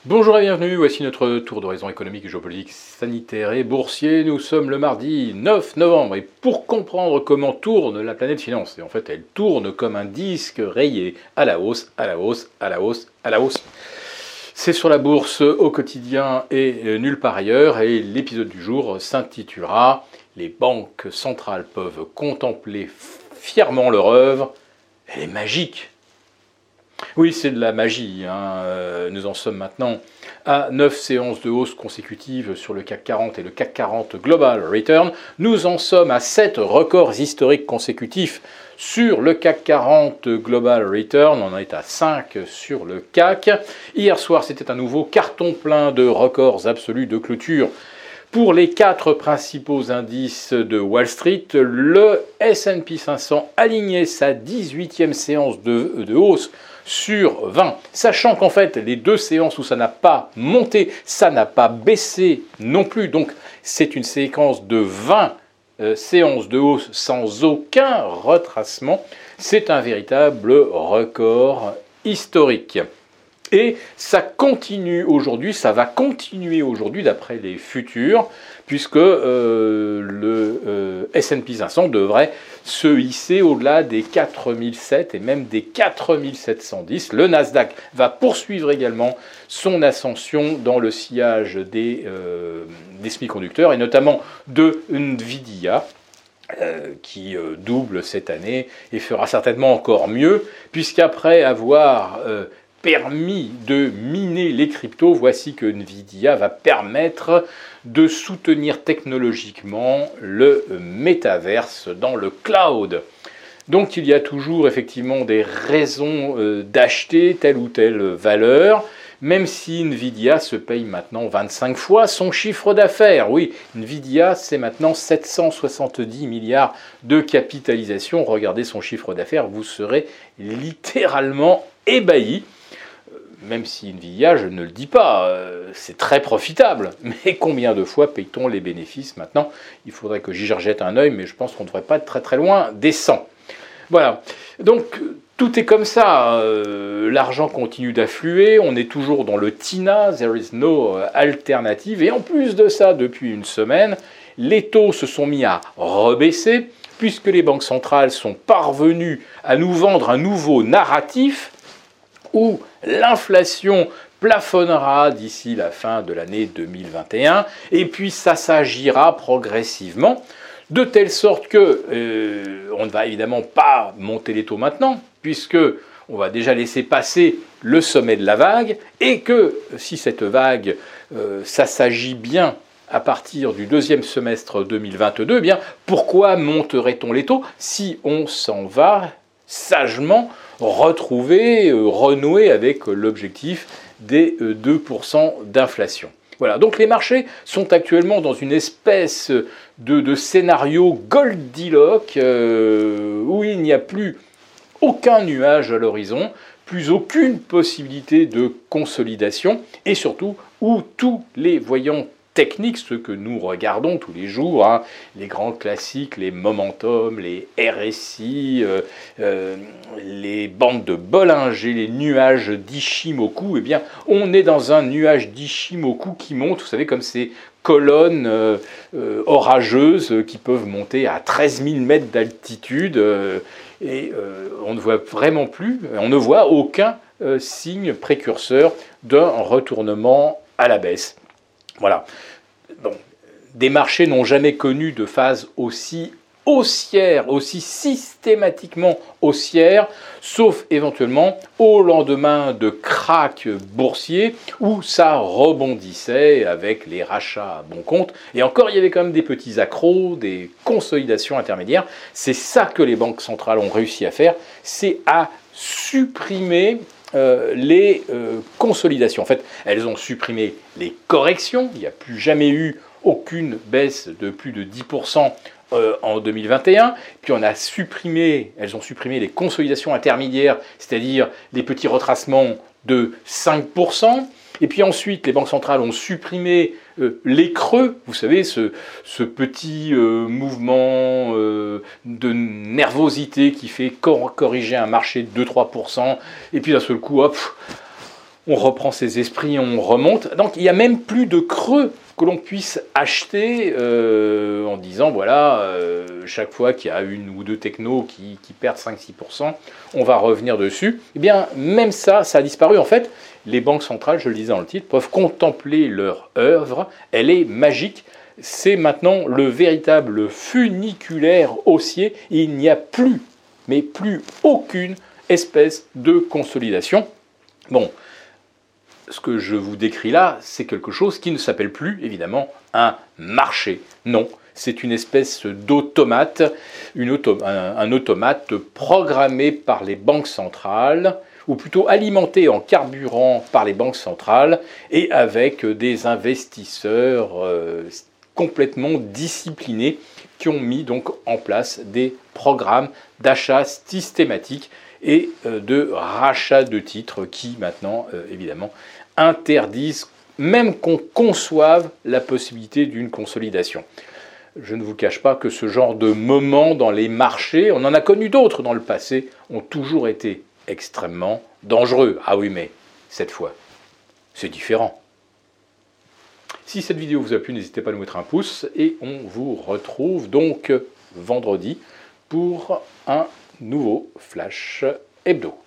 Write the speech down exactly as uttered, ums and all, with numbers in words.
Bonjour et bienvenue, voici notre tour d'horizon économique, géopolitique, sanitaire et boursier. Nous sommes le mardi neuf novembre et pour comprendre comment tourne la planète finance, et en fait elle tourne comme un disque rayé à la hausse, à la hausse, à la hausse, à la hausse. C'est sur la bourse au quotidien et nulle part ailleurs, et l'épisode du jour s'intitulera « Les banques centrales peuvent contempler fièrement leur œuvre, elle est magique ». Oui, c'est de la magie. Hein. Nous en sommes maintenant à neuf séances de hausse consécutives sur le C A C quarante et le C A C quarante Global Return. Nous en sommes à sept records historiques consécutifs sur le C A C quarante Global Return. On en est à cinq sur le C A C. Hier soir, c'était un nouveau carton plein de records absolus de clôture. Pour les quatre principaux indices de Wall Street, le S and P cinq cents alignait sa dix-huitième séance de, de hausse sur vingt, sachant qu'en fait, les deux séances où ça n'a pas monté, ça n'a pas baissé non plus. Donc, c'est une séquence de vingt euh, séances de hausse sans aucun retracement. C'est un véritable record historique. Et ça continue aujourd'hui, ça va continuer aujourd'hui d'après les futurs, puisque euh, le euh, S and P cinq cents devrait se hisser au-delà des quatre mille sept et même des quatre mille sept cent dix. Le Nasdaq va poursuivre également son ascension dans le sillage des, euh, des semi-conducteurs et notamment de Nvidia. Euh, qui euh, double cette année et fera certainement encore mieux, puisqu'après avoir euh, permis de miner les cryptos, voici que Nvidia va permettre de soutenir technologiquement le métaverse dans le cloud. Donc il y a toujours effectivement des raisons euh, d'acheter telle ou telle valeur, même si Nvidia se paye maintenant vingt-cinq fois son chiffre d'affaires. Oui, Nvidia, c'est maintenant sept cent soixante-dix milliards de capitalisation. Regardez son chiffre d'affaires, vous serez littéralement ébahi. Même si Nvidia, je ne le dis pas, euh, c'est très profitable. Mais combien de fois paye-t-on les bénéfices maintenant? Il faudrait que j'y rejette un œil, mais je pense qu'on ne devrait pas être très très loin des cent. Voilà. Donc, tout est comme ça. Euh, l'argent continue d'affluer. On est toujours dans le T I N A, there is no alternative. Et en plus de ça, depuis une semaine, les taux se sont mis à rebaisser, puisque les banques centrales sont parvenues à nous vendre un nouveau narratif où l'inflation plafonnera d'ici la fin de l'année deux mille vingt et un, et puis ça s'agira progressivement, de telle sorte que euh, on ne va évidemment pas monter les taux maintenant, puisque on va déjà laisser passer le sommet de la vague, et que si cette vague, euh, ça s'agit bien à partir du deuxième semestre deux mille vingt-deux, eh bien pourquoi monterait-on les taux si on s'en va sagement retrouver, euh, renouer avec l'objectif des euh, deux pour cent d'inflation. Voilà, donc les marchés sont actuellement dans une espèce de, de scénario Goldilocks euh, où il n'y a plus aucun nuage à l'horizon, plus aucune possibilité de consolidation et surtout où tous les voyants techniques, ceux que nous regardons tous les jours, hein, les grands classiques, les Momentum, les R S I, euh, euh, les bandes de Bollinger, les nuages d'Ishimoku, eh bien, on est dans un nuage d'Ishimoku qui monte, vous savez, comme ces colonnes euh, euh, orageuses qui peuvent monter à treize mille mètres d'altitude, euh, et euh, on ne voit vraiment plus, on ne voit aucun euh, signe précurseur d'un retournement à la baisse. Voilà. Bon. Des marchés n'ont jamais connu de phase aussi haussière, aussi systématiquement haussière, sauf éventuellement au lendemain de krach boursier où ça rebondissait avec les rachats à bon compte. Et encore, il y avait quand même des petits accros, des consolidations intermédiaires. C'est ça que les banques centrales ont réussi à faire, c'est à supprimer Euh, les euh, consolidations. En fait, elles ont supprimé les corrections. Il n'y a plus jamais eu aucune baisse de plus de dix pour cent euh, en deux mille vingt et un. Puis on a supprimé, elles ont supprimé les consolidations intermédiaires, c'est-à-dire les petits retracements de cinq pour cent. Et puis ensuite, les banques centrales ont supprimé euh, les creux, vous savez, ce, ce petit euh, mouvement euh, de nervosité qui fait cor- corriger un marché de deux à trois pour cent, et puis d'un seul coup, hop, on reprend ses esprits, on remonte. Donc il n'y a même plus de creux que l'on puisse acheter euh, en disant, voilà, euh, chaque fois qu'il y a une ou deux technos qui, qui perdent cinq à six pour cent, on va revenir dessus. Eh bien, même ça, ça a disparu. En fait, les banques centrales, je le disais dans le titre, peuvent contempler leur œuvre. Elle est magique. C'est maintenant le véritable funiculaire haussier. Il n'y a plus, mais plus aucune espèce de consolidation. Bon, ce que je vous décris là, c'est quelque chose qui ne s'appelle plus, évidemment, un marché. Non, c'est une espèce d'automate, une auto, un, un automate programmé par les banques centrales, ou plutôt alimenté en carburant par les banques centrales, et avec des investisseurs euh, complètement disciplinés qui ont mis donc en place des programmes d'achat systématique et de rachat de titres qui maintenant, euh, évidemment, interdisent même qu'on conçoive la possibilité d'une consolidation. Je ne vous cache pas que ce genre de moments dans les marchés, on en a connu d'autres dans le passé, ont toujours été extrêmement dangereux. Ah oui, mais cette fois, c'est différent. Si cette vidéo vous a plu, n'hésitez pas à nous mettre un pouce et on vous retrouve donc vendredi pour un nouveau Flash Hebdo.